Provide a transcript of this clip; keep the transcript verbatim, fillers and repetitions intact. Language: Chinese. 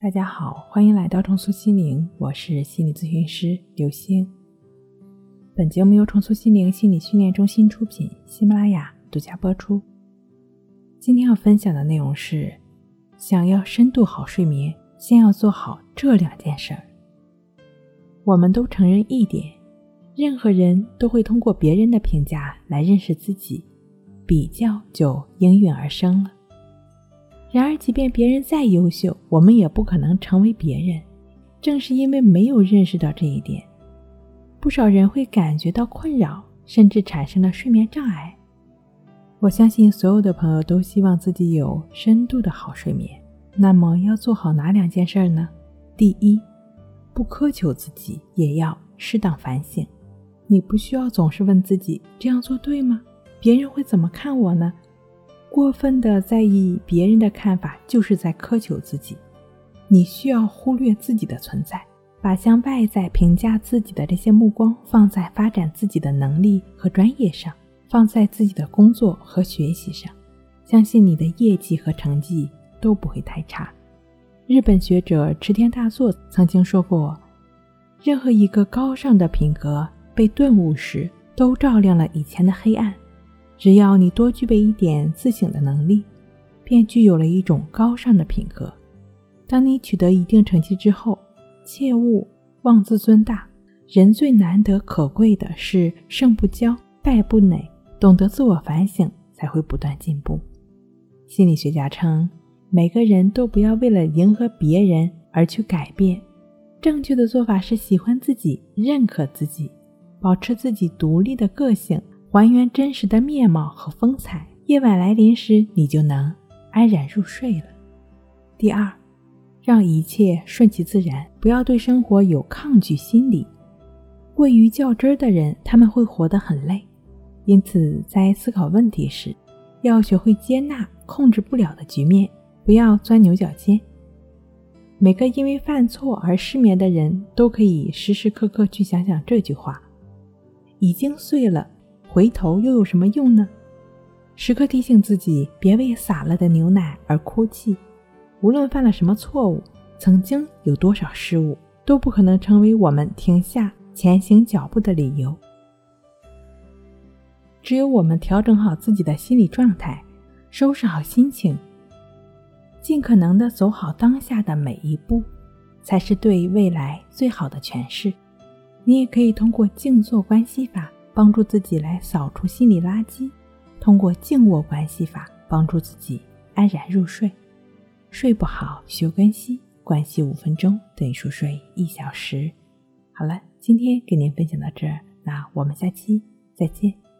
大家好，欢迎来到重塑心灵，我是心理咨询师刘星。本节目由重塑心灵心理训练中心出品，喜马拉雅独家播出。今天要分享的内容是，想要深度好睡眠，先要做好这两件事儿。我们都承认一点，任何人都会通过别人的评价来认识自己，比较就应运而生了。然而即便别人再优秀，我们也不可能成为别人。正是因为没有认识到这一点，不少人会感觉到困扰，甚至产生了睡眠障碍。我相信所有的朋友都希望自己有深度的好睡眠，那么要做好哪两件事呢？第一，不苛求自己，也要适当反省。你不需要总是问自己，这样做对吗？别人会怎么看我呢？过分的在意别人的看法，就是在苛求自己。你需要忽略自己的存在，把向外在评价自己的这些目光放在发展自己的能力和专业上，放在自己的工作和学习上，相信你的业绩和成绩都不会太差。日本学者池田大作曾经说过，任何一个高尚的品格被顿悟时，都照亮了以前的黑暗。只要你多具备一点自省的能力，便具有了一种高尚的品格。当你取得一定成绩之后，切勿妄自尊大。人最难得可贵的是胜不骄，败不馁，懂得自我反省，才会不断进步。心理学家称，每个人都不要为了迎合别人而去改变。正确的做法是喜欢自己，认可自己，保持自己独立的个性，还原真实的面貌和风采。夜晚来临时，你就能安然入睡了。第二，让一切顺其自然，不要对生活有抗拒心理。过于较真的人，他们会活得很累。因此，在思考问题时，要学会接纳控制不了的局面，不要钻牛角尖。每个因为犯错而失眠的人，都可以时时刻刻去想想这句话：已经睡了，回头又有什么用呢？时刻提醒自己，别为洒了的牛奶而哭泣。无论犯了什么错误，曾经有多少失误，都不可能成为我们停下前行脚步的理由。只有我们调整好自己的心理状态，收拾好心情，尽可能地走好当下的每一步，才是对未来最好的诠释。你也可以通过静坐观息法帮助自己来扫除心理垃圾，通过静卧观息法帮助自己安然入睡。睡不好休根息，观息五分钟等于熟睡一小时。好了，今天给您分享到这儿，那我们下期再见。